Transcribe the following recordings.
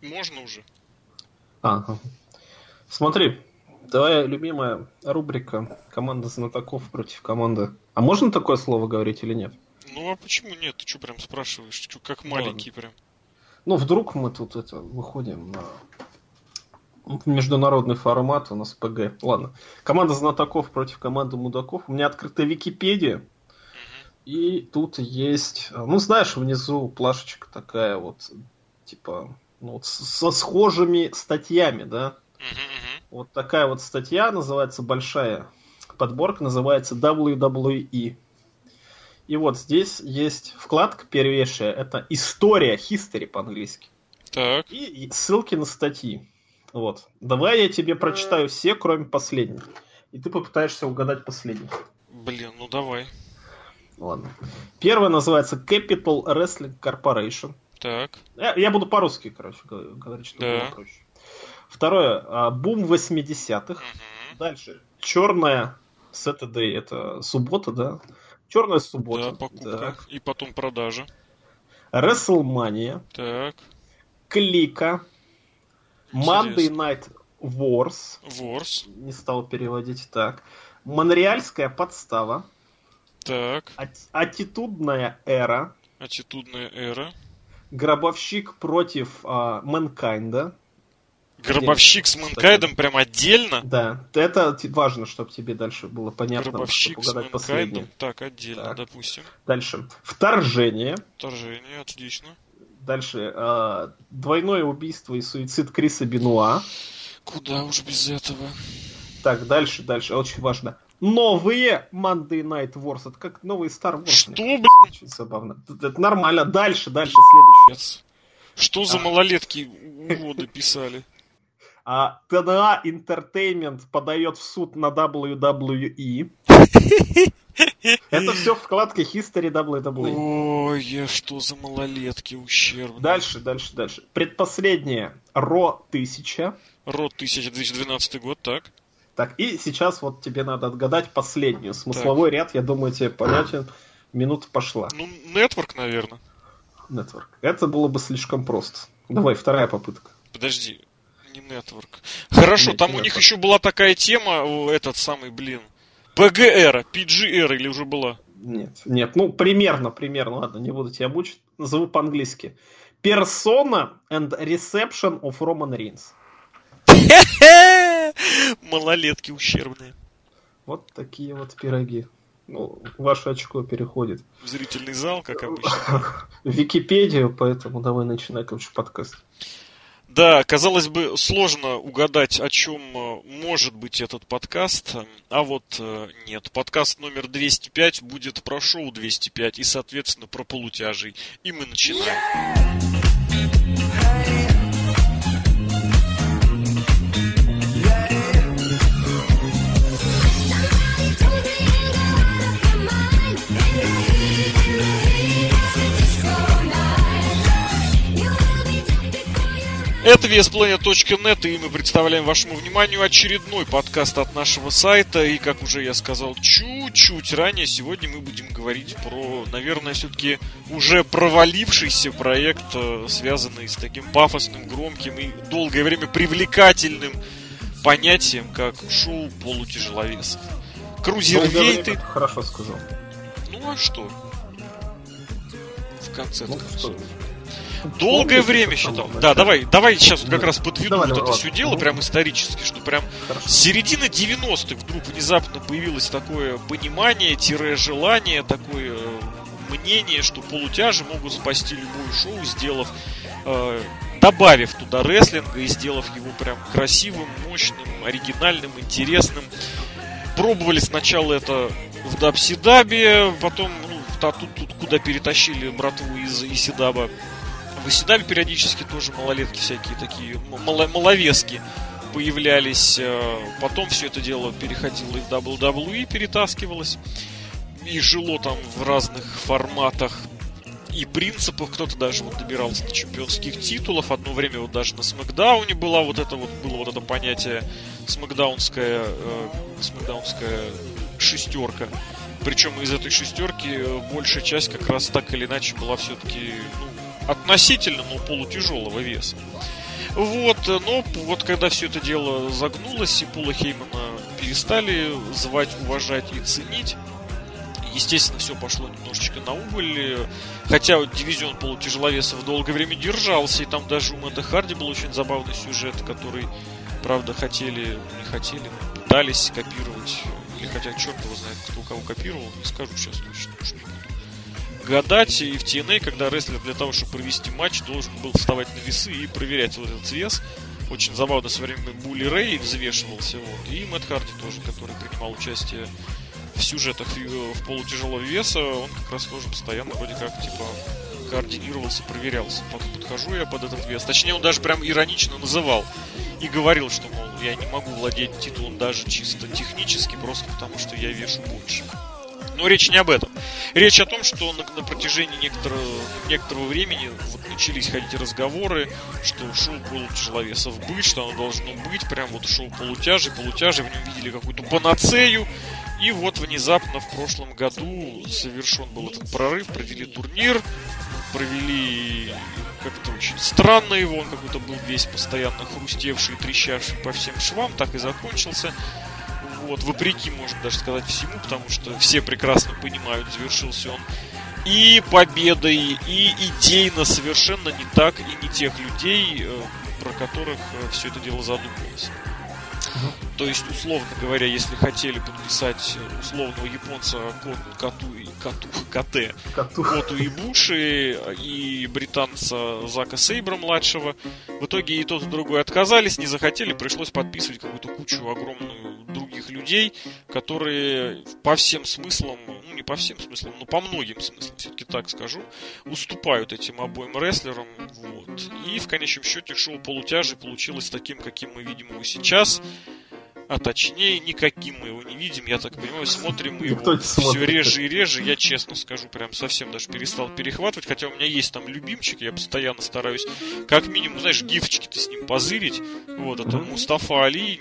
Можно уже. Ага. Смотри, твоя любимая рубрика «Команда знатоков против команды». А можно такое слово говорить или нет? Ну а почему нет? Ты что прям спрашиваешь? Чё, как маленький прям. Ну, вдруг мы тут выходим на международный формат, у нас ПГ. Ладно. Команда знатоков против команды мудаков. У меня открыта Википедия. И тут есть... Ну, знаешь, внизу плашечка такая вот, типа, ну, вот со схожими статьями, да? Вот такая вот статья называется, большая подборка, называется WWE. И вот здесь есть вкладка первейшая, это история, history по-английски. Так. И ссылки на статьи. Вот. Давай я тебе прочитаю все, кроме последних. И ты попытаешься угадать последний. Блин, ну давай. Ладно. Первая называется Capital Wrestling Corporation. Так. Я буду по-русски, короче, говорить, чтобы было проще. Второе, Бум 80-х. Дальше, Черная Saturday, это суббота, да? Черная суббота. Да, покупка. И потом продажа. WrestleMania. Так. Клика. Monday Night Wars. Не стал переводить так. Монреальская подстава. Так. Аттитудная эра. Гробовщик против Мэнкайнда. Гробовщик с Мэнкайдом прям отдельно? Да, это важно, чтобы тебе дальше было понятно. Гробовщик с Мэнкайдом, так, отдельно, так. Допустим. Дальше. Вторжение, отлично. Дальше. Двойное убийство и суицид Криса Бенуа. Куда уж без этого. Так, дальше, очень важно. Новые Monday Night Wars. Это как новые Star Wars. Что, блин? Очень забавно. Это нормально. Дальше, следующее. Что за малолетки уроды писали? ТНА Entertainment подает в суд на WWE. Это все вкладка History WWE. Ой, что за малолетки ущербные. Дальше. Предпоследнее. Ро 1000. Ро 1000, 2012 год, так. Так, и сейчас вот тебе надо отгадать последнюю. Смысловой ряд, я думаю, тебе понятен. Минута пошла. Ну, Network, наверное. Network. Это было бы слишком просто. Давай, вторая попытка. Подожди. Не Network. Хорошо, там у них еще была такая тема, этот самый, PG-эра, PG-эра или уже была? Нет, ну примерно, ладно, не буду тебя мучить, назову по-английски. Persona and Reception of Roman Reigns. Малолетки ущербные. Вот такие вот пироги. Ну, ваше очко переходит в зрительный зал, как обычно. В Википедию, поэтому давай начинай, подкаст. Да, казалось бы, сложно угадать, о чем может быть этот подкаст, а вот нет. Подкаст номер 205 будет про шоу 205 и, соответственно, про полутяжей. И мы начинаем. Это VSPlanet.net, и мы представляем вашему вниманию очередной подкаст от нашего сайта. И, как уже я сказал чуть-чуть ранее, сегодня мы будем говорить про, наверное, все-таки уже провалившийся проект, связанный с таким пафосным, громким и долгое время привлекательным понятием, как шоу полутяжеловесов. Крузервейты. Хорошо сказал. Ну а что? В конце концов. Долгое время считал. Да, давай сейчас как раз подведу это все дело, прям исторически, что прям с середины 90-х вдруг внезапно появилось такое понимание, желание, такое мнение, что полутяжи могут спасти любое шоу, добавив туда рестлинга и сделав его прям красивым, мощным, оригинальным, интересным. Пробовали сначала это в Дабсидабе, потом тут куда перетащили братву из Исидаба. В Исидабе периодически тоже малолетки всякие такие, маловески появлялись. Потом все это дело переходило и в WWE, перетаскивалось. И жило там в разных форматах и принципах. Кто-то даже добирался до чемпионских титулов. Одно время даже на Смэкдауне было вот это понятие смэкдаунская шестерка. Причем из этой шестерки большая часть как раз так или иначе была все-таки относительно, но полутяжелого веса. Вот, но вот когда все это дело загнулось, и Пола Хеймана перестали звать, уважать и ценить, естественно, все пошло немножечко на убыль. Хотя вот дивизион полутяжеловесов долгое время держался, и там даже у Мэтта Харди был очень забавный сюжет, который, правда, не хотели, пытались копировать. Или хотя черт его знает, кто у кого копировал, не скажу сейчас точно, уж не буду гадать. И в TNA, когда рестлер для того, чтобы провести матч, должен был вставать на весы и проверять вот этот вес. Очень забавно со временем Булли Рэй взвешивался, вот. И Мэтт Харди тоже, который принимал участие в сюжетах в полутяжелого веса, он как раз тоже постоянно вроде как типа координировался, проверялся. Подхожу я под этот вес. Точнее, он даже прям иронично называл и говорил, что, мол, я не могу владеть титулом даже чисто технически, просто потому что я вешу больше. Но речь не об этом. Речь о том, что на протяжении некоторого времени вот начались ходить разговоры, что шоу полутяжеловесов быть, что оно должно быть, прям вот шоу полутяжей, в нем видели какую-то панацею. И вот внезапно в прошлом году совершен был этот прорыв, провели турнир, провели как-то очень странно его, он какой-то был весь постоянно хрустевший, трещавший по всем швам, так и закончился. Вот, вопреки, можно даже сказать, всему, потому что все прекрасно понимают, завершился он и победой, и идейно совершенно не так, и не тех людей, про которых все это дело задумывалось. То есть, условно говоря, если хотели подписать условного японца Коту Ибуши и британца Зака Сейбра-младшего, в итоге и тот, и другой отказались, не захотели, пришлось подписывать какую-то кучу огромную других людей, которые по всем смыслам, ну не по всем смыслам, но по многим смыслам, все-таки так скажу, уступают этим обоим рестлерам. Вот. И в конечном счете шоу полутяжей получилось таким, каким мы видим его сейчас. А точнее, никаким мы его не видим, я так понимаю, смотрим мы его все реже и реже, я честно скажу, прям совсем даже перестал перехватывать, хотя у меня есть там любимчик, я постоянно стараюсь, как минимум, знаешь, гифочки-то с ним позырить, вот, это Мустафа Али,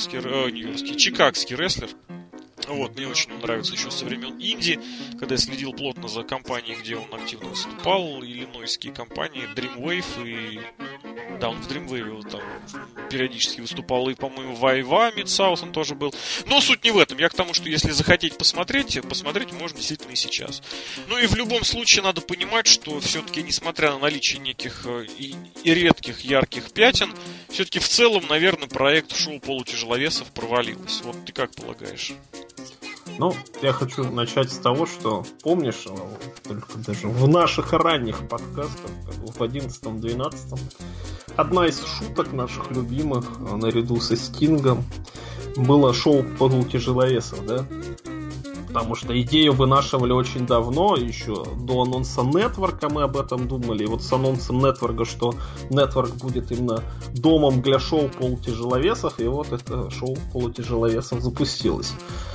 чикагский рестлер. Вот, мне очень нравится еще со времен Инди, когда я следил плотно за компанией, где он активно выступал, иллинойские компании, Dreamwave и... Да, он в Dreamwave вот там периодически выступал, и, по-моему, в Айва Мидсаус он тоже был. Но суть не в этом. Я к тому, что если захотеть посмотреть можно действительно и сейчас. Ну и в любом случае надо понимать, что все-таки, несмотря на наличие неких и редких ярких пятен, все-таки в целом, наверное, проект шоу полутяжеловесов провалился. Вот ты как полагаешь? Ну, я хочу начать с того, что, помнишь, только даже в наших ранних подкастах, в 11-12, одна из шуток наших любимых, наряду со Стингом, было шоу полутяжеловесов, да? Потому что идею вынашивали очень давно, еще до анонса Нетворка мы об этом думали. И вот с анонсом Нетворка, что Нетворк будет именно домом для шоу полутяжеловесов, и вот это шоу полутяжеловесов запустилось.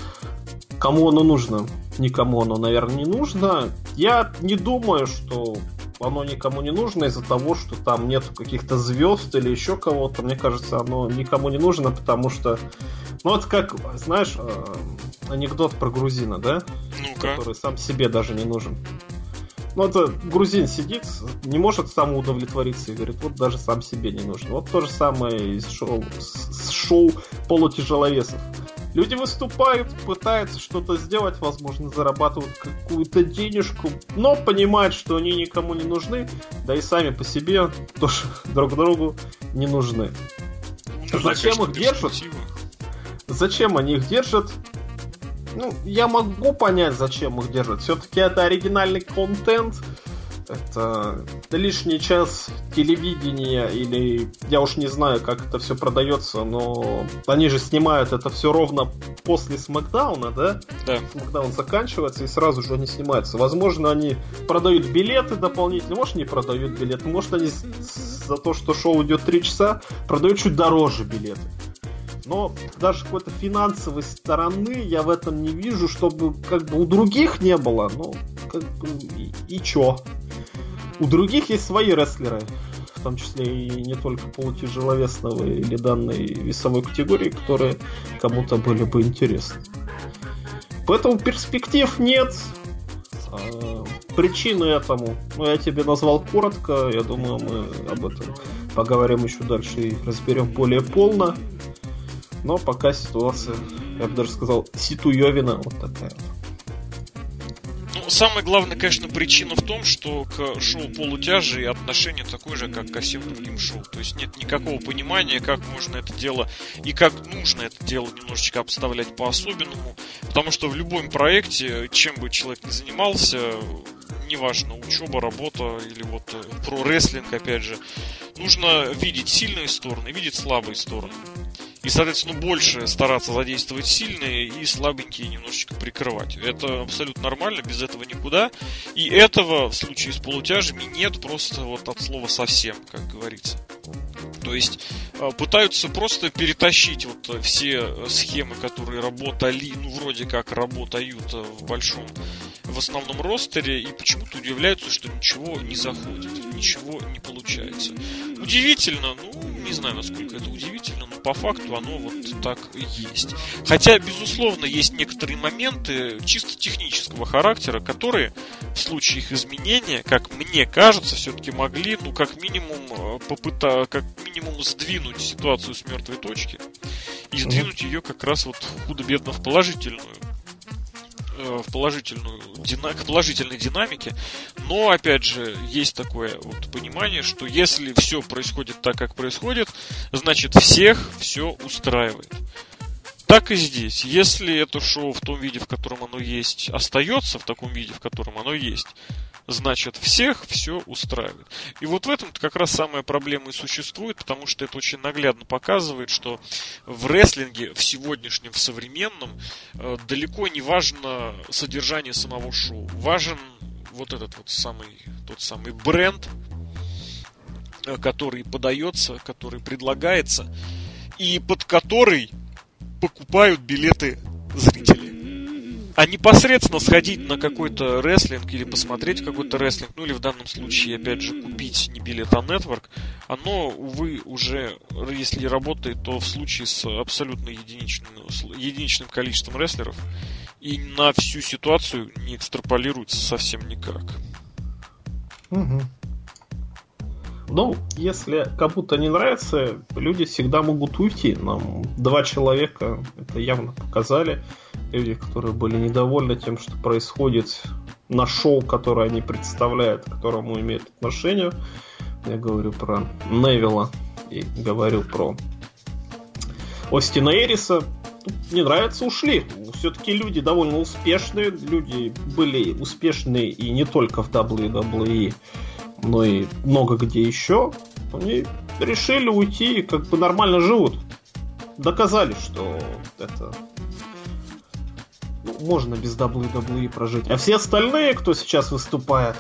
Кому оно нужно? Никому оно, наверное, не нужно. Я не думаю, что оно никому не нужно из-за того, что там нету каких-то звезд или еще кого-то. Мне кажется, оно никому не нужно, потому что... Ну, это как, знаешь, анекдот про грузина, да? Ну-ка. Который сам себе даже не нужен. Ну, это грузин сидит, не может самоудовлетвориться и говорит, вот даже сам себе не нужен. Вот то же самое и с шоу полутяжеловесов. Люди выступают, пытаются что-то сделать, возможно, зарабатывают какую-то денежку, но понимают, что они никому не нужны, да и сами по себе тоже друг другу не нужны. Ну, зачем их держат? Зачем они их держат? Ну, я могу понять, зачем их держат. Все-таки это оригинальный контент. Это лишний час телевидения, или я уж не знаю, как это все продается, но они же снимают это все ровно после Смэкдауна, да? Да. Смэкдаун заканчивается, и сразу же они снимаются. Возможно, они продают билеты дополнительно, может, не продают билеты, может, они за то, что шоу идет 3 часа, продают чуть дороже билеты. Но даже какой-то финансовой стороны я в этом не вижу, чтобы как бы у других не было. Ну, как бы и чё? У других есть свои рестлеры, в том числе и не только полутяжеловесного или данной весовой категории, которые кому-то были бы интересны. Поэтому перспектив нет. Причины этому, ну, я тебе назвал коротко, я думаю, мы об этом поговорим еще дальше и разберем более полно. Но пока ситуация, я бы даже сказал, ситуевина вот такая. Ну, самая главная, конечно, причина в том, что к шоу полутяжи отношение такое же, как ко всем другим шоу. То есть нет никакого понимания, как можно это дело и как нужно это дело немножечко обставлять по-особенному. Потому что в любом проекте, чем бы человек ни занимался, неважно, учеба, работа или вот про рестлинг, опять же, нужно видеть сильные стороны, видеть слабые стороны. И, соответственно, больше стараться задействовать сильные и слабенькие немножечко прикрывать. Это абсолютно нормально, без этого никуда. И этого в случае с полутяжами нет просто вот от слова совсем, как говорится. То есть пытаются просто перетащить вот все схемы, которые работали, ну, вроде как работают в основном ростере, и почему-то удивляются, что ничего не заходит, ничего не получается. Удивительно, ну, не знаю, насколько это удивительно, но по факту оно вот так и есть. Хотя, безусловно, есть некоторые моменты чисто технического характера, которые в случае их изменения, как мне кажется, все-таки могли, ну, как минимум сдвинуть ситуацию с мертвой точки и сдвинуть ее как раз вот худо-бедно в положительной динамике. Но, опять же, есть такое вот понимание, что если все происходит так, как происходит, значит, всех все устраивает. Так и здесь. Если это шоу в том виде, в котором оно есть, остается в таком виде, в котором оно есть, значит, всех все устраивает. И вот в этом-то как раз самая проблема и существует, потому что это очень наглядно показывает, что в рестлинге, в сегодняшнем, в современном, далеко не важно содержание самого шоу. Важен вот этот вот тот самый бренд, который подается, который предлагается, и под который покупают билеты зрители. А непосредственно сходить на какой-то рестлинг или посмотреть какой-то рестлинг, ну или в данном случае, опять же, купить не билет, а нетворк, оно, увы, уже, если работает, то в случае с абсолютно единичным количеством рестлеров и на всю ситуацию не экстраполируется совсем никак. Угу. Ну, если кому-то не нравится, люди всегда могут уйти. Нам 2 человека это явно показали. Люди, которые были недовольны тем, что происходит на шоу, которое они представляют, к которому имеют отношение. Я говорю про Невилла и говорю про Остина Эриса. Не нравится, ушли. Все-таки люди довольно успешные. Люди были успешные и не только в WWE, но и много где еще. Они решили уйти и как бы нормально живут. Доказали, что это можно без WWE прожить. А все остальные, кто сейчас выступает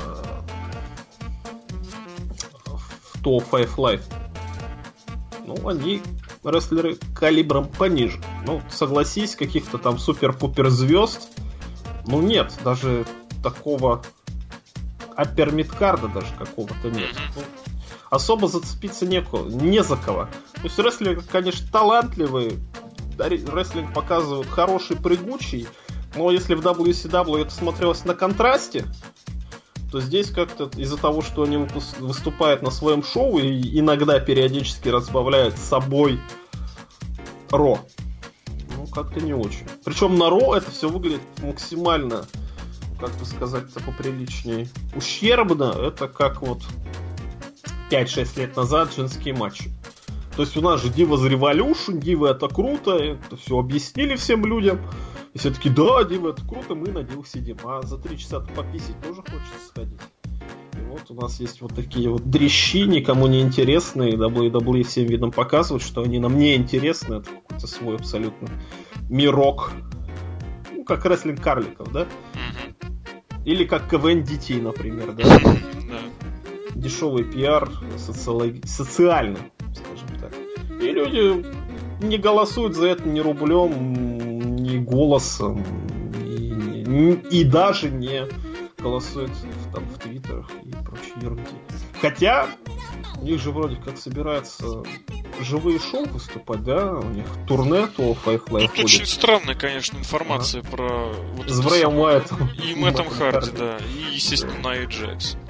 в Top 5 Live, ну, они рестлеры калибром пониже. Ну, согласись, каких-то там супер-пупер звезд, ну, нет, даже такого аппер-мидкарда даже какого-то нет. Ну, особо зацепиться не за кого. То есть рестлеры, конечно, талантливые, рестлинг показывают хороший, прыгучий, но если в WCW это смотрелось на контрасте, то здесь как-то из-за того, что они выступают на своем шоу и иногда периодически разбавляют с собой Ро, ну как-то не очень. Причем на Ро это все выглядит максимально, как бы сказать-то поприличнее, ущербно. Это как вот 5-6 лет назад женские матчи. То есть у нас же Divas Revolution, Дивы это круто, это все объяснили всем людям. И все таки да, Дивы это круто, мы на Дивах сидим. А за 3 часа пописить тоже хочется сходить. И вот у нас есть вот такие вот дрищи, никому не интересные. WWE всем видом показывают, что они нам не интересны. Это какой-то свой абсолютно мирок. Ну, как рестлинг карликов, да? Или как КВН детей, например, да? Дешевый пиар, социальный, скажем так. И люди не голосуют за это ни рублем, ни голосом, и даже не голосуют в твиттерах и прочей ерунде. Хотя у них же вроде как собираются живые шоу выступать, да? У них турне то Five Live. Тут очень странная, конечно, информация про вот с Брэем Уайтом и Мэттом Харди, да, и, естественно, Найя Джекс.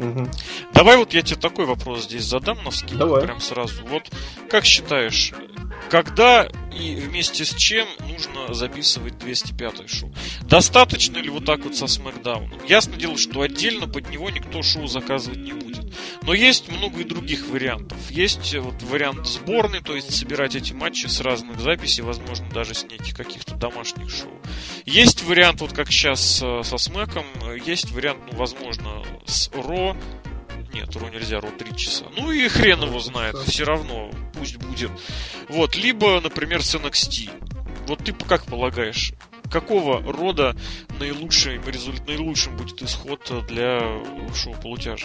Угу. Давай вот я тебе такой вопрос здесь задам на вскидку. Давай. Прям сразу. Вот как считаешь, когда и вместе с чем нужно записывать 205-е шоу? Достаточно ли вот так вот со SmackDown? Ясно дело, что отдельно под него никто шоу заказывать не будет. Но есть много и других вариантов. Есть вот вариант сборной, то есть собирать эти матчи с разных записей, возможно, даже с неких каких-то домашних шоу. Есть вариант, вот как сейчас со Смэком, есть вариант, ну, возможно, с Ро. Нет, Ро нельзя, Ро 3 часа. Ну и хрен его знает, все равно, пусть будет. Вот, либо, например, с NXT. Вот ты как полагаешь, какого рода наилучшим будет исход для шоу полутяжей?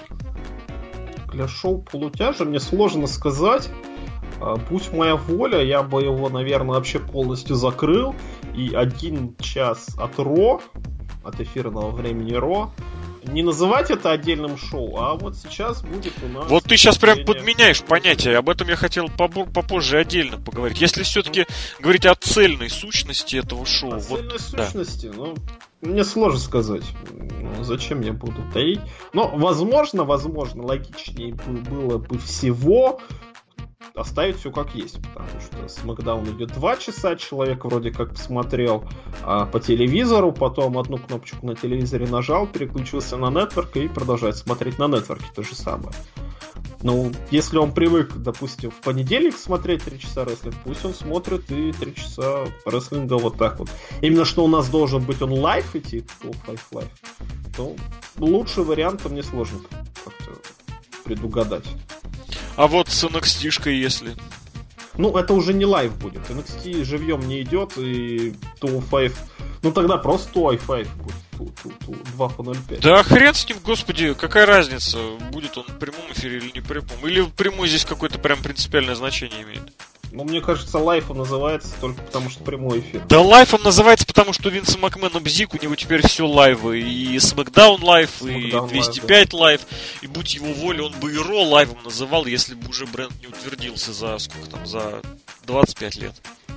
Для шоу полутяжа мне сложно сказать. Будь моя воля, я бы его, наверное, вообще полностью закрыл. И 1 час от Ро, от эфирного времени Ро, не называть это отдельным шоу, а вот сейчас будет у нас... Вот ты сейчас прям подменяешь понятие, об этом я хотел попозже отдельно поговорить. Если все-таки говорить о цельной сущности этого шоу... О цельной сущности, да. Ну, мне сложно сказать, зачем я буду таить. Но, возможно, логичнее было бы всего оставить все как есть, потому что SmackDown идет 2 часа, человек вроде как посмотрел по телевизору, потом одну кнопочку на телевизоре нажал, переключился на Network и продолжает смотреть на Network то же самое. Ну, если он привык, допустим, в понедельник смотреть 3 часа рестлинг, пусть он смотрит и 3 часа рестлинга вот так вот. Именно что у нас должен быть он лайв идти, лайв, то лучший вариант мне сложно как-то предугадать. А вот с NXT-шкой, если... Ну, это уже не лайв будет. NXT живьем не идет, и 205... Ну, тогда просто 205 будет. 2 по 0.5. Да хрен с ним, господи, какая разница, будет он в прямом эфире или не прямом. Или прямой здесь какое-то прям принципиальное значение имеет. Ну, мне кажется, лайф он называется только потому, что прямой эфир. Да, лайф он называется потому, что Винса Макмена бзик, у него теперь все лайвы. И SmackDown лайв, и 205 лайв. И будь его воля, он бы и Ро лайвом называл, если бы уже бренд не утвердился за сколько там, за 25 лет.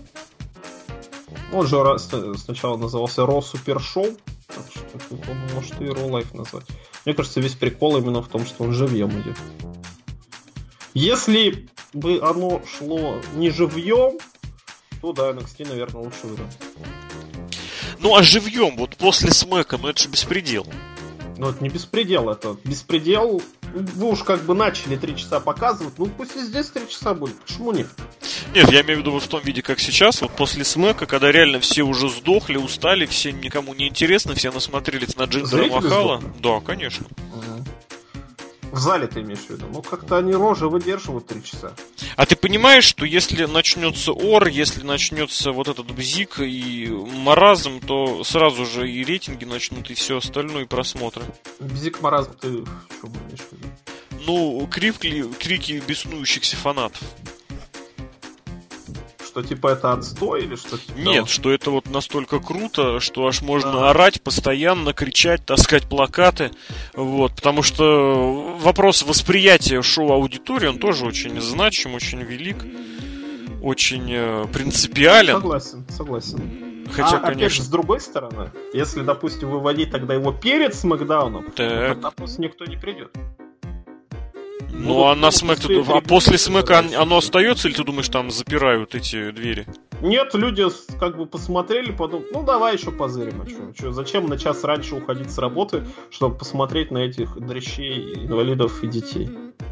Он же сначала назывался Ро Супер Шоу, так что он может и Ро лайф назвать. Мне кажется, весь прикол именно в том, что он живьем идет. Если бы оно шло не живьем, то да, NXT, наверное, лучше вариант. Ну а живьем, вот после Смэка, ну это же беспредел. Ну это не беспредел, это беспредел. Вы уж как бы начали 3 часа показывать, ну пусть и здесь 3 часа будет, почему нет? Нет, я имею в виду вот в том виде, как сейчас, вот после Смэка, когда реально все уже сдохли, устали, все никому не интересно, все насмотрелись на Джиндера Махала. Да, конечно. В зале ты имеешь в виду? Ну, как-то они рожи выдерживают 3 часа. А ты понимаешь, что если начнется ор, если начнется вот этот бзик и маразм, то сразу же и рейтинги начнут, и все остальное, и просмотры. Бзик, маразм, ты что имеешь в виду? Ну, крики беснующихся фанатов. Что типа это отстой или что? Нет, что это вот настолько круто, что аж можно орать постоянно, кричать, таскать плакаты. Вот, потому что вопрос восприятия шоу аудитории, он тоже очень значим, очень велик, очень принципиален. Согласен. Хотя, опять конечно... же, с другой стороны, если, допустим, выводить тогда его перед Смэкдауном, то тогда просто никто не придет. Ну, а на Смэк, а после Смэка оно остается, или ты думаешь, там запирают эти двери? Нет, люди как бы посмотрели, подумали, ну давай еще позырим, а что, зачем на час раньше уходить с работы, чтобы посмотреть на этих дрыщей, инвалидов и детей?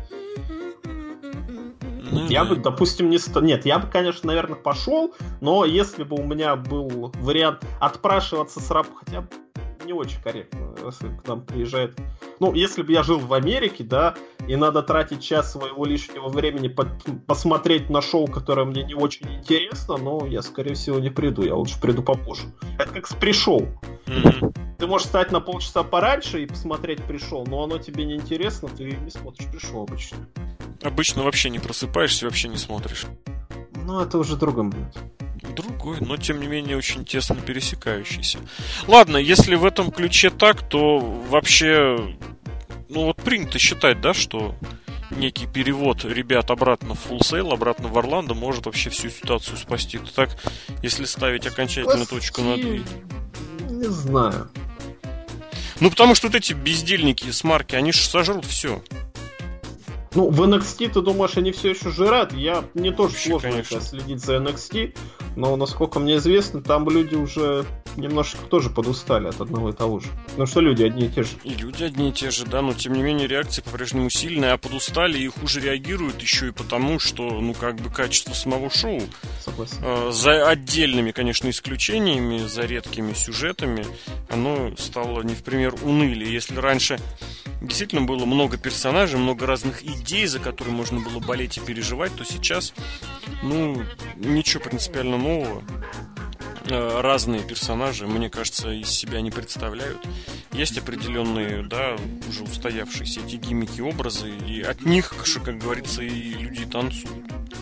Я бы, допустим, Нет, я бы, конечно, наверное, пошел, но если бы у меня был вариант отпрашиваться с работы, хотя бы не очень корректно, если к нам приезжает... Ну, если бы я жил в Америке, да, и надо тратить час своего лишнего времени посмотреть на шоу, которое мне не очень интересно, но я, скорее всего, не приду, я лучше приду попозже. Это как с пришел. Ты можешь встать на полчаса пораньше и посмотреть пришел, но оно тебе не интересно, ты не смотришь пришел обычно. Обычно вообще не просыпаешься, вообще не смотришь. Ну, это уже другой момент. Другой, но тем не менее очень тесно пересекающийся. Ладно, если в этом ключе так, то вообще, ну вот принято считать, да, что некий перевод ребят обратно в Full Sail, обратно в Орландо может вообще всю ситуацию спасти. То так, если ставить окончательную точку над «и». Не знаю. Ну, потому что вот эти бездельники с марки, они же сожрут все. Ну, в NXT, ты думаешь, они все еще жрат? Мне тоже Вообще, сложно конечно. следить за NXT, но, насколько мне известно, там люди уже немножечко тоже подустали от одного и того же. Ну что люди одни и те же. И люди одни и те же, да, но тем не менее реакции по-прежнему сильные, а подустали и хуже реагируют еще и потому, что, ну, как бы качество самого шоу, за отдельными, конечно, исключениями, за редкими сюжетами, оно стало не в пример унылее. Если раньше действительно было много персонажей, много разных идей, за которые можно было болеть и переживать, то сейчас, ну, ничего принципиально нового. Разные персонажи, мне кажется, из себя не представляют. Есть определенные, да, уже устоявшиеся эти гиммики, образы, и от них, как говорится, и люди танцуют.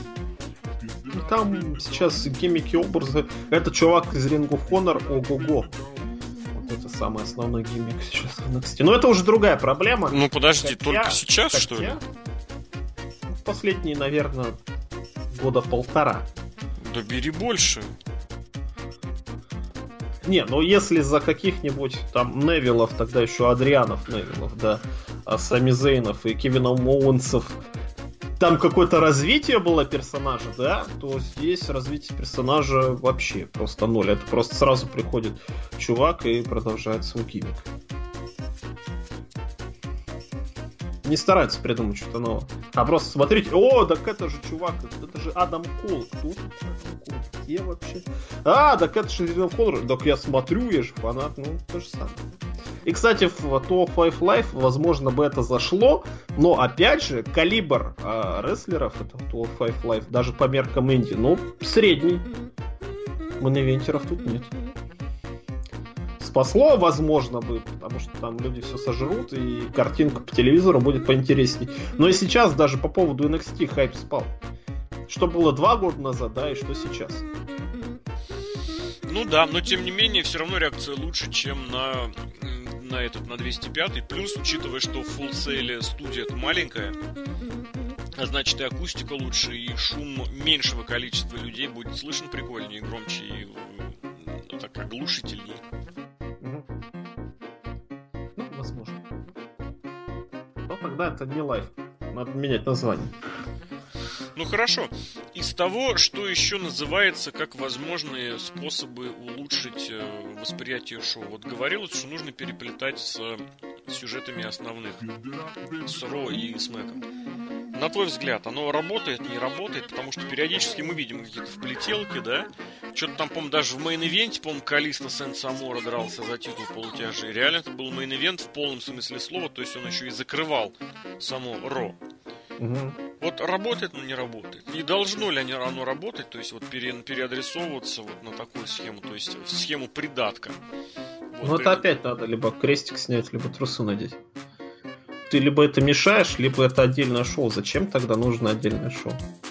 Там сейчас гиммики, образы. Это чувак из Ring of Honor, ого-го. Вот это самый основной гиммик сейчас в NXT. Но это уже другая проблема. Ну подожди, только сейчас, что ли? Последние, наверное, года полтора. Да бери больше. Не, ну если за каких-нибудь там Невиллов, тогда еще Адрианов Невиллов, да, Сами Зейнов и Кевинов Оуэнсов, там какое-то развитие было персонажа, да, то здесь развитие персонажа вообще просто ноль. Это просто сразу приходит чувак и продолжает свой гиммик. Не стараются придумать что-то новое. А просто смотрите, о, так это же чувак, это же Адам Кол. Кто тут Адам Кол? Где вообще? А, так это же Ring of Honor. Так я смотрю, я же фанат, ну, то же самое. И, кстати, в 205 Live, возможно, бы это зашло, но, опять же, калибр рестлеров, это 205 Live, даже по меркам инди, ну, средний. Мейн-ивентеров тут нет. Спасло, возможно, бы, потому что там люди все сожрут, и картинка по телевизору будет поинтересней. Но и сейчас даже по поводу NXT хайп спал. Что было 2 года назад, да, и что сейчас. Ну да, но тем не менее, все равно реакция лучше, чем на 205-й. Плюс, учитывая, что в Full Sail студия это маленькая, а значит и акустика лучше, и шум меньшего количества людей будет слышен прикольнее, громче и так оглушительнее. Ну, возможно. Но тогда это не лайв. Надо менять название. Ну хорошо. Из того, что еще называется как возможные способы улучшить восприятие шоу. Вот говорилось, что нужно переплетать с сюжетами основных. С Ро и с Мэком. На твой взгляд, оно работает, не работает? Потому что периодически мы видим какие-то вплетелки, да? Что-то там, по-моему, даже в мейн-ивенте, по-моему, Калиста Сен-Самора дрался за титул полутяжей. Реально это был мейн-ивент в полном смысле слова, то есть он еще и закрывал само Ро. Угу. Вот работает, но не работает. И должно ли оно работать, то есть вот переадресовываться вот на такую схему, то есть в схему придатка. Вот, ну это опять надо либо крестик снять, либо трусу надеть. Ты либо это мешаешь, либо это отдельное шоу. Зачем тогда нужно отдельное шоу?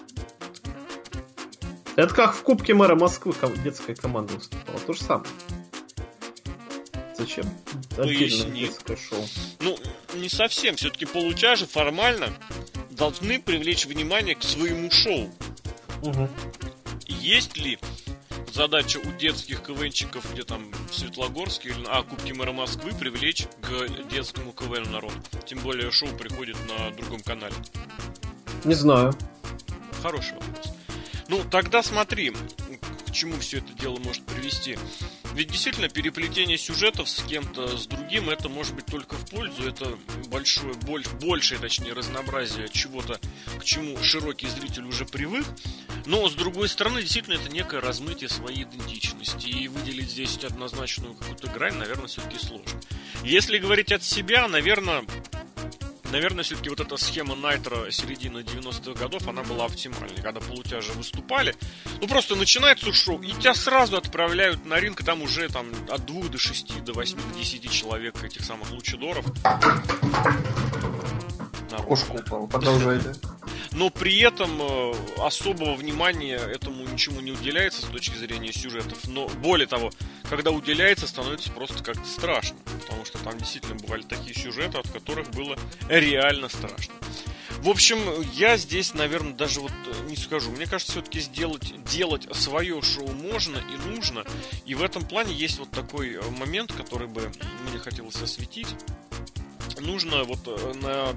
Это как в Кубке мэра Москвы детская команда выступала. То же самое. Зачем? Отдельное детское шоу. Ну, не совсем. Все-таки полутяжи формально должны привлечь внимание к своему шоу. Угу. Есть ли задача у детских КВНчиков, где там в Светлогорске или Кубке мэра Москвы, привлечь к детскому КВН народ? Тем более шоу приходит на другом канале. Не знаю. Хороший вопрос. Ну, тогда смотри, к чему все это дело может привести. Ведь действительно переплетение сюжетов с кем-то, с другим, это может быть только в пользу. Это большее, точнее, разнообразие чего-то, к чему широкий зритель уже привык. Но, с другой стороны, действительно, это некое размытие своей идентичности. И выделить здесь однозначную какую-то грань, наверное, все-таки сложно. Если говорить от себя, наверное, все-таки вот эта схема Найтро середины 90-х годов, она была оптимальной. Когда полутяжи выступали, ну просто начинается шоу, и тебя сразу отправляют на ринг, и там уже там, от 2 до 6, до 8, до 10 человек этих самых лучидоров. Кошка упала, продолжайте. Но при этом особого внимания этому ничему не уделяется с точки зрения сюжетов. Но более того, когда уделяется, становится просто как-то страшно. Потому что там действительно бывали такие сюжеты, от которых было реально страшно. В общем, я здесь, наверное, даже вот не скажу. Мне кажется, все-таки делать свое шоу можно и нужно. И в этом плане есть вот такой момент, который бы мне хотелось осветить. Нужно вот на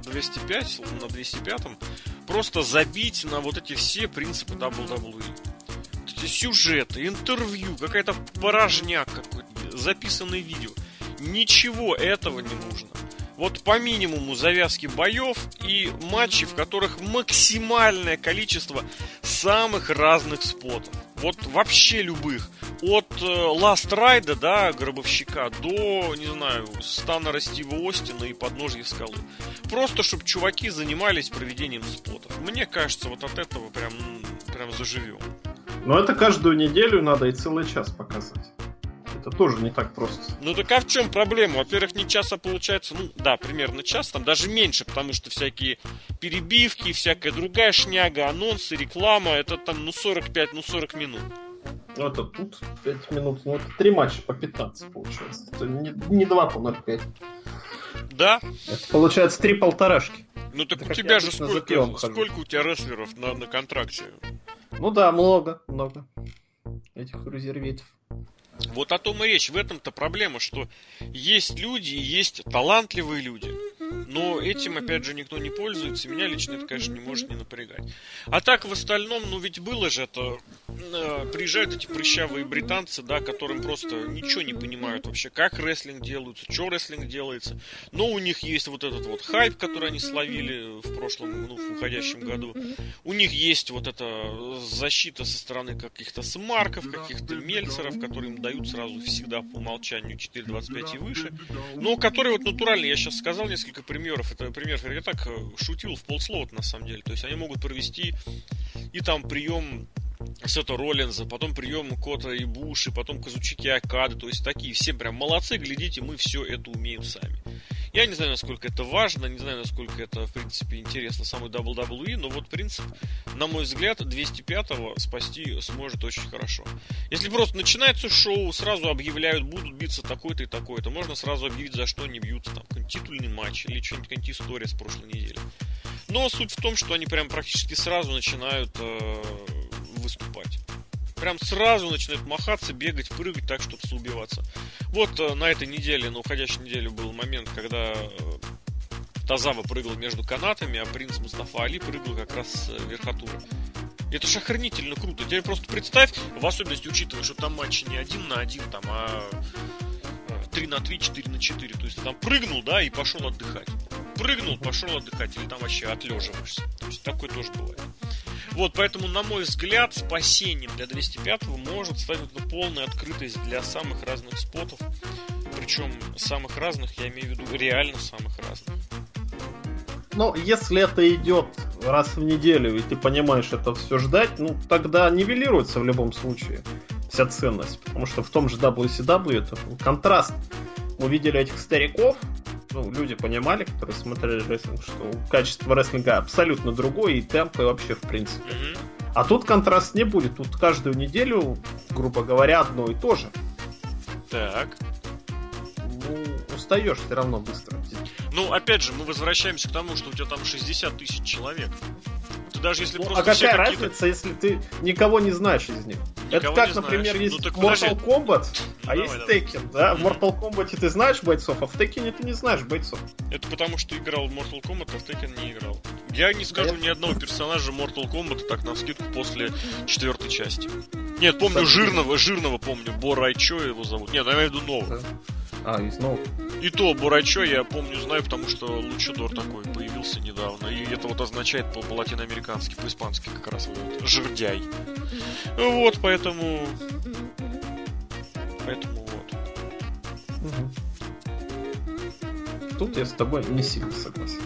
205-м просто забить на вот эти все принципы WWE. Эти сюжеты, интервью, какая-то порожняк какой-то, записанные видео. Ничего этого не нужно. Вот по минимуму завязки боев и матчи, в которых максимальное количество самых разных спотов. Вот вообще любых. От Last Ride, да, Гробовщика, до, не знаю, Станнера Стива Остина и Подножья Скалы. Просто, чтобы чуваки занимались проведением спотов. Мне кажется, вот от этого прям заживем. Но это каждую неделю надо и целый час показать. Это тоже не так просто. Ну так а в чем проблема? Во-первых, не час, а получается, примерно час, там даже меньше, потому что всякие перебивки, всякая другая шняга, анонсы, реклама, это там 40 минут. Ну это тут 5 минут, это 3 матча по 15 получается. Это не 2 по 0,5. Да? Это получается 3 полторашки. Ну так это у тебя же сколько у тебя рестлеров на контракте? Ну да, много этих резервитов. Вот о том и речь. В этом-то проблема, что есть люди, есть талантливые люди, но этим, опять же, никто не пользуется. Меня лично это, конечно, не может не напрягать. А так, в остальном, ведь было же это... Приезжают эти прыщавые британцы, да, которым просто ничего не понимают вообще, как рестлинг делается, что рестлинг делается. Но у них есть вот этот вот хайп, который они словили в прошлом, в уходящем году. У них есть вот эта защита со стороны каких-то смарков, каких-то мельцеров, которые им дают сразу всегда по умолчанию 4.25 и выше. Но которые вот натурально, я сейчас сказал несколько примеров. Это пример, я так шутил в полслова на самом деле. То есть они могут провести и там прием Сета Роллинза, потом прием Кота и Буши, потом Казучики Окады, то есть такие все прям молодцы, глядите, мы все это умеем сами. Я не знаю, насколько это важно, не знаю, насколько это, в принципе, интересно самой WWE, но вот принцип, на мой взгляд, 205-го спасти сможет очень хорошо. Если просто начинается шоу, сразу объявляют, будут биться такой-то и такой-то, можно сразу объявить, за что они бьются, там, какой-нибудь титульный матч или что-нибудь, какая-нибудь история с прошлой недели. Но суть в том, что они прям практически сразу начинают выступать. Прям сразу начинают махаться, бегать, прыгать так, чтобы убиваться. Вот на этой неделе, на уходящей неделе был момент, когда Тазава прыгал между канатами, а принц Мустафа Али прыгал как раз с верхотуры. Это ж охренительно круто. Теперь просто представь, в особенности учитывая, что там матчи не 1 на 1, там, а 3 на 3, 4 на 4. То есть ты там прыгнул, да, и пошел отдыхать. Прыгнул, пошел отдыхать, или там вообще отлеживаешься. То есть такое тоже бывает. Вот, поэтому, на мой взгляд, спасением для 205-го может стать эта полная открытость для самых разных спотов. Причем самых разных, я имею в виду реально самых разных. Но если это идет раз в неделю, и ты понимаешь это все ждать, тогда нивелируется в любом случае вся ценность. Потому что в том же WCW это контраст. Мы видели этих стариков, люди понимали, которые смотрели рестлинг, что качество рестлинга абсолютно другое, и темпы вообще в принципе. А тут контраст не будет. Тут каждую неделю, грубо говоря, одно и то же. Так. Устаешь все равно быстро. Опять же, мы возвращаемся к тому, что у тебя там 60 тысяч человек. Ты даже если просто какая разница, если ты никого не знаешь из них? Это как, например, есть Mortal Kombat, есть Tekken, да? В Mortal Kombat ты знаешь бойцов, а в Tekken ты не знаешь бойцов. Это потому, что ты играл в Mortal Kombat, а в Tekken не играл. Я не скажу ни одного персонажа Mortal Kombat так навскидку после 4-й части. Нет, помню жирного помню, Борайчо его зовут. Нет, я имею в виду нового. Есть новый. И то Борайчо я помню, знаю, потому что Лучадор такой появился недавно. И это вот означает по-латиноамерикански, по-испански как раз вот, жердяй. Вот, поэтому вот. Тут я с тобой не сильно согласен.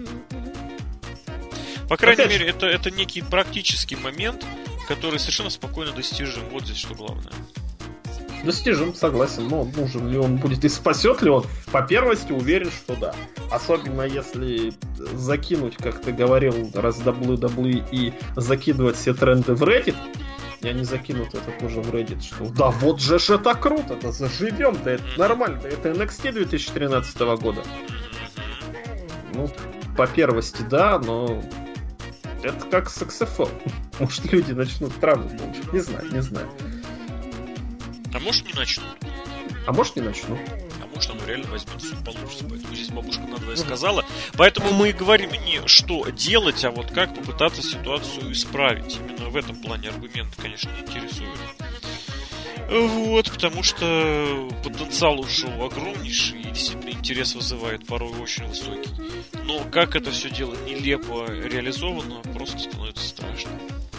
По крайней мере, это некий практический момент, который совершенно спокойно достижим. Вот здесь что главное. Достижим, согласен, но нужен ли он будет и спасет ли он? По первости уверен, что да. Особенно если закинуть, как ты говорил, раз WWE и закидывать все тренды в Reddit. И они закинут это тоже в Reddit, что да вот же это круто, да заживем, да это нормально, да это NXT 2013 года. по первости, да, но это как с XFL. Может, люди начнут травму получить. Не знаю. А может, не начнут. А может, не начнут. А может, оно реально возьмет, все получится. Поэтому здесь бабушка надвое сказала. Поэтому мы и говорим не что делать, а вот как попытаться ситуацию исправить. Именно в этом плане аргументы, конечно, не интересуют. Вот, потому что потенциал ушел огромнейший, и действительно интерес вызывает порой очень высокий. Но как это все дело нелепо реализовано, просто становится страшно.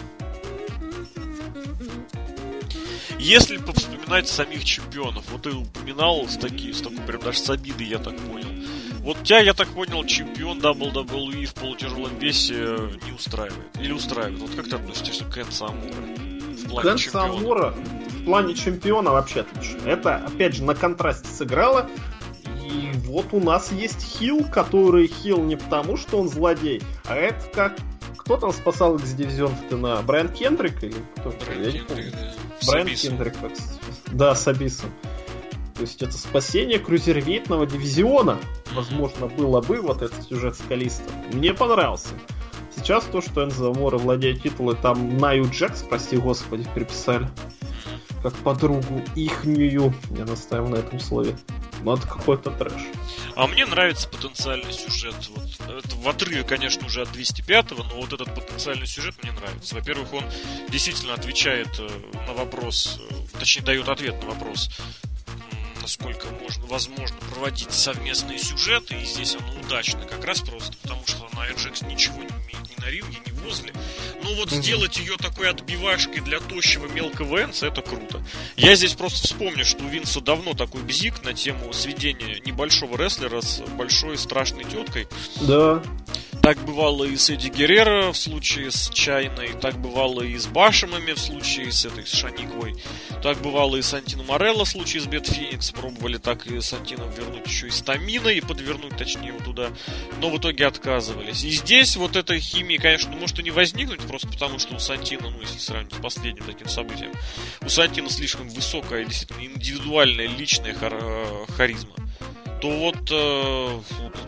Если повспоминать самих чемпионов, вот ты упоминал с такой прям даже с обидой, я так понял. Вот тебя, я так понял, чемпион WWE в полутяжелом весе не устраивает. Или устраивает. Вот как ты относишься к Кен Самура? Кен Самура в плане чемпиона вообще отлично. Это, опять же, на контрасте сыграло. И вот у нас есть хил, который хил не потому, что он злодей, а это как... Кто там спасал X-дивизион-то на Брайан Кендрик или кто? Брайан Кендрик, да. Брайан Кендрик, да, с Абиссом. То есть это спасение крузервейтного дивизиона. Возможно, было бы вот этот сюжет с Калисто. Мне понравился. Сейчас то, что Энзо Аморе владеет титулой, там Наю Джекс, прости господи, переписали. Как подругу ихнюю. Я настаиваю на этом слове. Но это какой-то трэш. А мне нравится потенциальный сюжет. Вот, это в отрыве, конечно, уже от 205-го, но вот этот потенциальный сюжет мне нравится. Во-первых, он действительно отвечает на вопрос, точнее, дает ответ на вопрос, насколько возможно проводить совместные сюжеты, и здесь оно удачно. Как раз просто потому, что Найя Джекс ничего не умеет ни на ринге, ни возле. Но вот сделать ее такой отбивашкой для тощего мелкого Энса, это круто. Я здесь просто вспомню, что у Винса давно такой бзик на тему сведения небольшого рестлера с большой страшной теткой. Да. Так бывало и с Эдди Герреро в случае с Чайной, так бывало и с Башемами в случае с этой с Шаниквой, так бывало и с Сантино Морелло в случае с Бет Феникс, пробовали так и Сантино вернуть еще и с Тамино, и подвернуть, точнее, его туда, но в итоге отказывались. И здесь вот этой химии, конечно, может и не возникнуть, просто потому что у Сантино, ну, если сравнить с последним таким событием, у Сантино слишком высокая, действительно, индивидуальная, личная харизма, то вот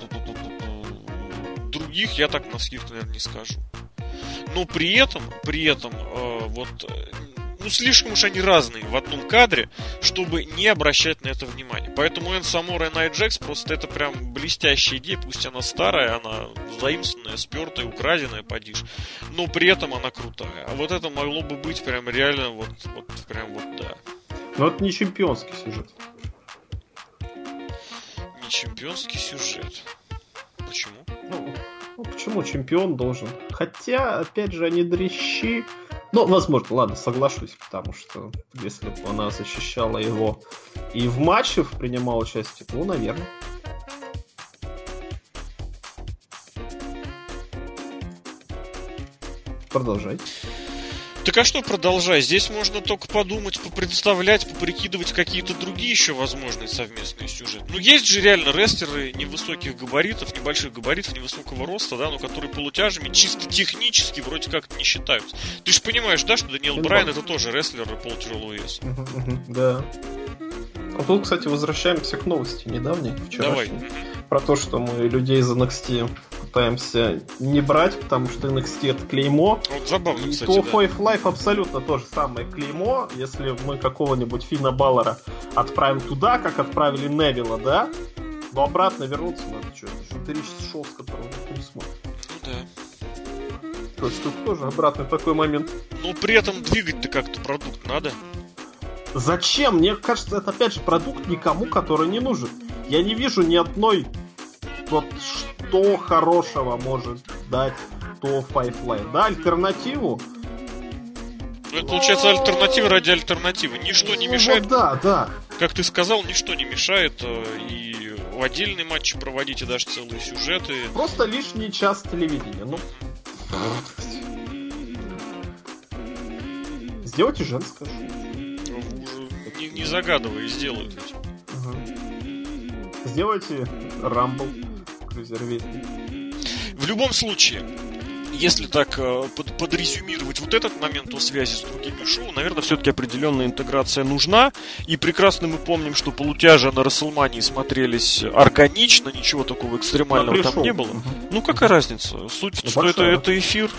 других я так на скидку, наверное, не скажу. Но при этом, вот, ну, слишком уж они разные в одном кадре, чтобы не обращать на это внимание. Поэтому Энсо Аморе и Найя Джекс просто это прям блестящая идея, пусть она старая, она заимствованная, спертая, украденная, подишь, но при этом она крутая. А вот это могло бы быть прям реально вот прям вот, да. Но это не чемпионский сюжет. Не чемпионский сюжет. Почему? Ну, почему чемпион должен? Хотя, опять же, они дрищи. Ну, возможно, ладно, соглашусь, потому что если бы она защищала его и в матчах принимала участие, ну, наверное. Продолжай. Так а что продолжай? Здесь можно только подумать, попредставлять, поприкидывать какие-то другие еще возможные совместные сюжеты. Ну, есть же реально рестлеры невысоких габаритов, небольших габаритов, невысокого роста, да, но которые полутяжами чисто технически вроде как не считаются. Ты же понимаешь, да, что Дэниел Брайан это тоже рестлер полутяжелого веса. Да. А тут, кстати, возвращаемся к новости недавней, вчерашней. Давай. Про то, что мы людей из NXT пытаемся не брать, потому что NXT это клеймо. Вот забавно, и кстати, то Five Life абсолютно то же самое клеймо. Если мы какого-нибудь Финна Баллера отправим туда, как отправили Невилла, да? Но обратно вернуться надо что? Эзотерический шоу, с которого никто не смотрит. Ну да. То есть тут тоже обратный такой момент. Но при этом двигать-то как-то продукт надо. Зачем? Мне кажется, это опять же продукт никому, который не нужен. Я не вижу ни одной вот что хорошего может дать то Five Life. Да, альтернативу. Это получается альтернатива ради альтернативы. Ничто не мешает. Вот да. Как ты сказал, ничто не мешает и в отдельные матчи проводить, и даже целые сюжеты. Просто лишний час телевидения. Ну. Сделайте женское шоу. Не загадывай, сделают ведь. Сделайте Рамбл крузервейт. В любом случае, если так подрезюмировать вот этот момент о связи с другими шоу, наверное, все-таки определенная интеграция нужна. И прекрасно мы помним, что полутяжи на Расселмании смотрелись органично, ничего такого экстремального там не было. Ну, какая разница? Суть, что это эфир.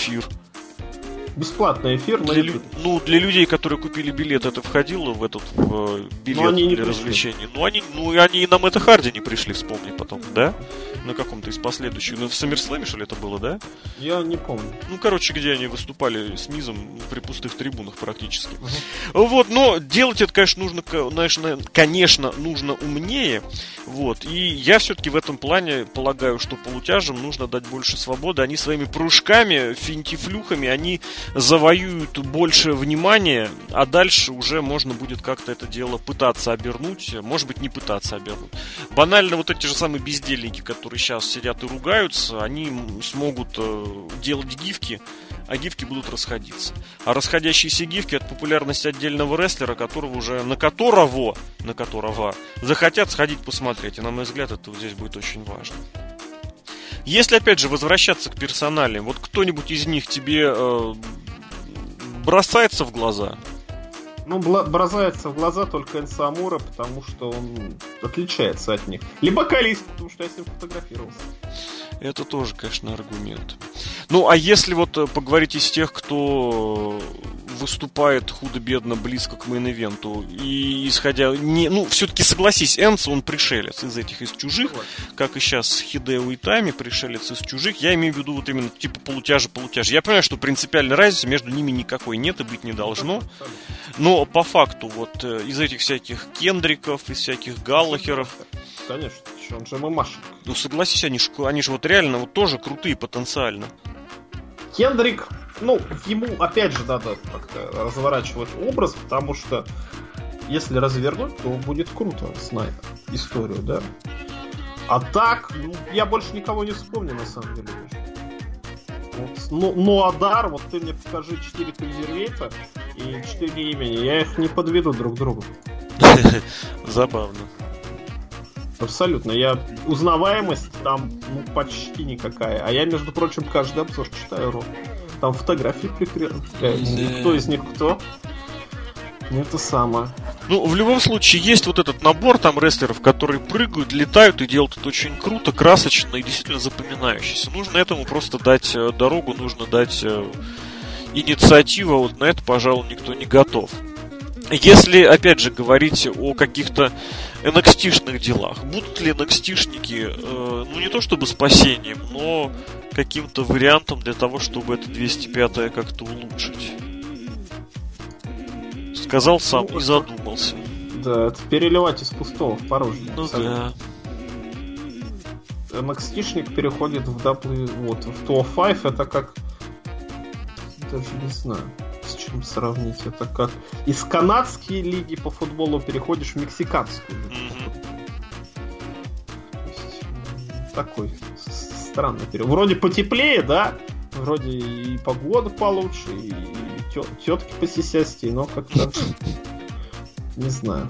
Бесплатный эфир на YouTube. Для людей, которые купили билет, это входило в этот билет для развлечений. Они и на Мэтта Харди не пришли, вспомни потом, да? На каком-то из последующих. В SummerSlam, что ли, это было, да? Я не помню. Где они выступали с Мизом при пустых трибунах практически. Но делать это, конечно, нужно умнее. И я все-таки в этом плане полагаю, что полутяжам нужно дать больше свободы. Они своими прыжками, финтифлюхами, они завоюют больше внимания, а дальше уже можно будет как-то это дело пытаться обернуть, может быть, не пытаться обернуть. Банально вот эти же самые бездельники, которые сейчас сидят и ругаются, они смогут делать гифки, а гифки будут расходиться. А расходящиеся гифки от популярности отдельного рестлера, на которого захотят сходить посмотреть. И, на мой взгляд, это вот здесь будет очень важно. Если, опять же, возвращаться к персоналиям, вот кто-нибудь из них тебе бросается в глаза? Бросается в глаза только Энсо Амура, потому что он отличается от них. Либо Калист, потому что я с ним фотографировался. Это тоже, конечно, аргумент. А если вот поговорить из тех, кто выступает худо-бедно близко к мейн-ивенту, и исходя... все-таки согласись, Энсо, он пришелец из чужих, как и сейчас Хидео Итами, пришелец из чужих. Я имею в виду вот именно типа полутяжи. Я понимаю, что принципиальной разницы между ними никакой нет и быть не должно. Но по факту, вот из этих всяких Кендриков, из всяких Галлахеров... Конечно, он же мамашек. Согласись, они же вот реально вот тоже крутые потенциально. Кендрик, ему опять же надо как-то разворачивать образ, потому что если развернуть, то будет круто знать историю, да. А так, я больше никого не вспомню, на самом деле. Адар, вот ты мне покажи 4 Крузервейта и 4 имени, я их не подведу друг к другу. Забавно. Абсолютно. Узнаваемость там почти никакая. А я, между прочим, каждый обзор читаю. Там фотографии прикрепляются. Кто из них кто? Это самое. В любом случае, есть вот этот набор там рестлеров, которые прыгают, летают и делают это очень круто, красочно и действительно запоминающееся. Нужно этому просто дать дорогу, нужно дать инициативу. Вот на это, пожалуй, никто не готов. Если, опять же, говорить о каких-то NXT-шных делах, будут ли NXT-шники, не то чтобы спасением, но каким-то вариантом для того, чтобы это 205-е как-то улучшить? Сказал сам и задумался. Да, это переливать из пустого в порожнее. Да. NXT-шник переходит в в 205, это как... Даже не знаю, с чем сравнить. Это как из канадской лиги по футболу переходишь в мексиканскую лигу. Такой странный период. Вроде потеплее, да? Вроде и погода получше, и тетки посисястей, но как-то не знаю.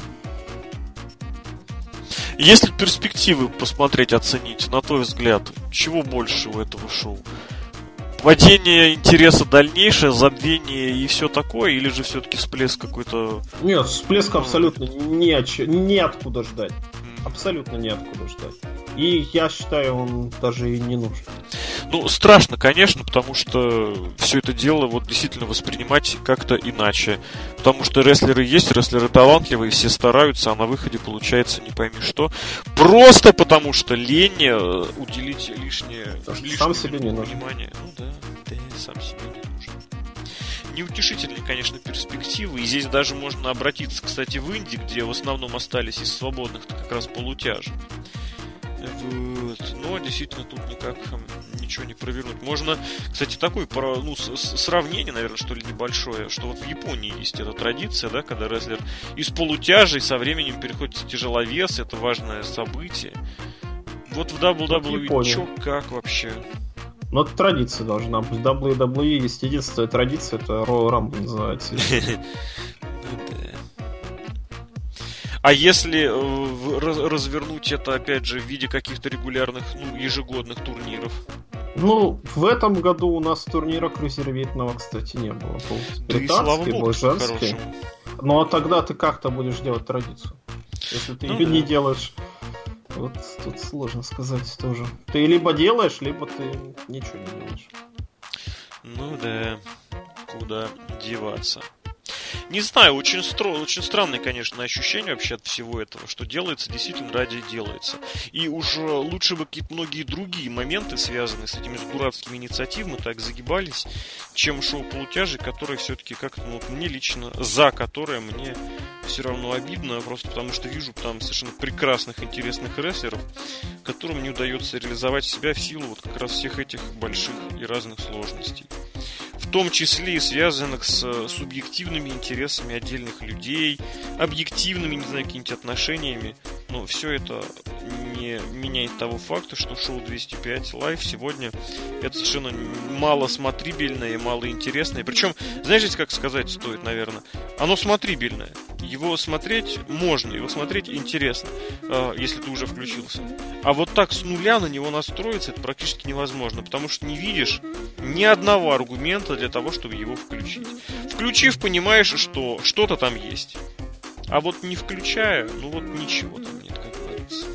Если перспективы посмотреть, оценить, на твой взгляд, чего больше у этого шоу? Падение интереса дальнейшее, забвение и все такое, или же все-таки всплеск какой-то? Нет, всплеск абсолютно неоткуда ждать. Абсолютно неоткуда ждать. И я считаю, он даже и не нужен. Страшно, конечно, потому что все это дело действительно воспринимать как-то иначе. Потому что рестлеры есть, рестлеры талантливые, все стараются, а на выходе получается не пойми что. Просто потому что лень уделить лишнее сам себе не нужен. Внимание. Сам себе не нужен. Неутешительные, конечно, перспективы. И здесь даже можно обратиться, кстати, в Индии, где в основном остались из свободных как раз полутяжи. Но действительно тут никак ничего не провернуть. Можно, кстати, такое сравнение, наверное, что ли, небольшое, что вот в Японии есть эта традиция, да, когда рестлер из полутяжей со временем переходит в тяжеловес, это важное событие. Вот в WWE чё, как вообще? Это традиция должна быть. В WWE есть единственная традиция, это Royal Rumble называется. А если развернуть это, опять же, в виде каких-то регулярных, ежегодных турниров? Ну, в этом году у нас турнира крузервейтного, кстати, не было. Был британский, был женский. Ну, а тогда ты как-то будешь делать традицию. Если ты ее не делаешь, вот тут сложно сказать тоже. Ты либо делаешь, либо ты ничего не делаешь. Ну да, куда деваться. Не знаю, очень странное, конечно, ощущение вообще от всего этого, что делается действительно ради делается. И уж лучше бы какие-то многие другие моменты, связанные с этими дурацкими инициативами, так загибались, чем шоу полутяжей, которое все-таки как-то, ну, мне лично, за которое мне все равно обидно, просто потому что вижу там совершенно прекрасных, интересных рестлеров, которым не удается реализовать себя в силу вот как раз всех этих больших и разных сложностей. В том числе и связанных с субъективными интересами отдельных людей, объективными, не знаю, какими-нибудь отношениями. Но все это не меняет того факта, что шоу 205 Live сегодня это совершенно мало смотрибельное и мало интересное. Причем, знаете, как сказать стоит, наверное, оно смотрибельное. Его смотреть можно, его смотреть интересно, если ты уже включился. А вот так с нуля на него настроиться это практически невозможно, потому что не видишь ни одного аргумента для того, чтобы его включить. Включив, понимаешь, что что-то там есть. А вот не включая, ну вот ничего там нет, как говорится.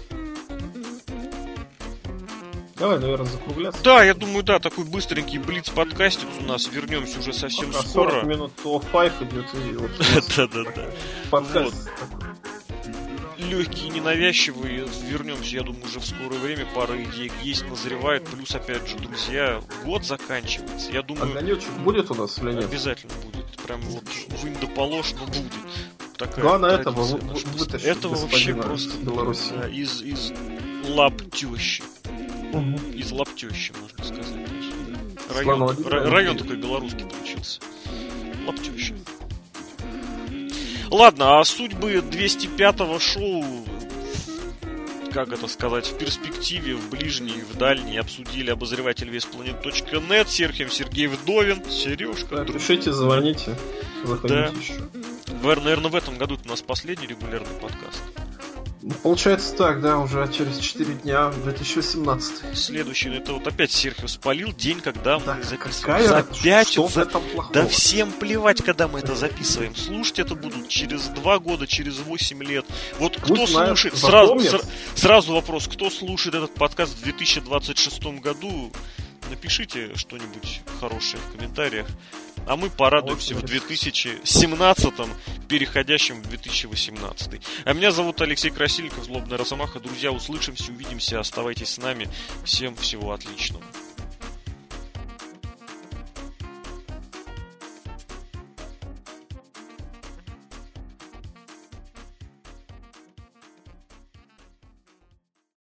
Давай, наверное, закругляться. Да, я думаю, да, такой быстренький блиц-подкастик у нас. Вернемся уже совсем скоро. 40 минут топ-5 идет. Да-да-да. Подкаст. Легкие и ненавязчивые. Вернемся, я думаю, уже в скорое время. Пара идей есть, назревает. Плюс, опять же, друзья, год заканчивается. Я думаю... Огонечек будет у нас или нет? Обязательно будет. Прям вот вынь да положь, но будет. Такая главное этого вытащить. Этого вообще просто Беларуси. Да, из лап тещи. Из лап тещи, можно сказать. Район такой белорусский получился. Лап тещи. Ладно, а судьбы 205-го шоу, как это сказать, в перспективе, в ближней, в дальней обсудили обозреватель VSPlanet.net, Сергей Вдовин, Сережка. Пишите, звоните, заходите еще. Наверное, в этом году это у нас последний регулярный подкаст. Получается так, да, уже через 4 дня, 2018. Следующий, это вот опять Серхио спалил день, когда да, мы записываем. Что да всем плевать, когда мы это записываем. Слушать это будут через 2 года, через 8 лет. Вот кто слушает, сразу вопрос, кто слушает этот подкаст в 2026 году, напишите что-нибудь хорошее в комментариях. А мы порадуемся в 2017-м, переходящем в 2018. А меня зовут Алексей Красильников, Злобная Росомаха. Друзья, услышимся, увидимся, оставайтесь с нами. Всем всего отличного.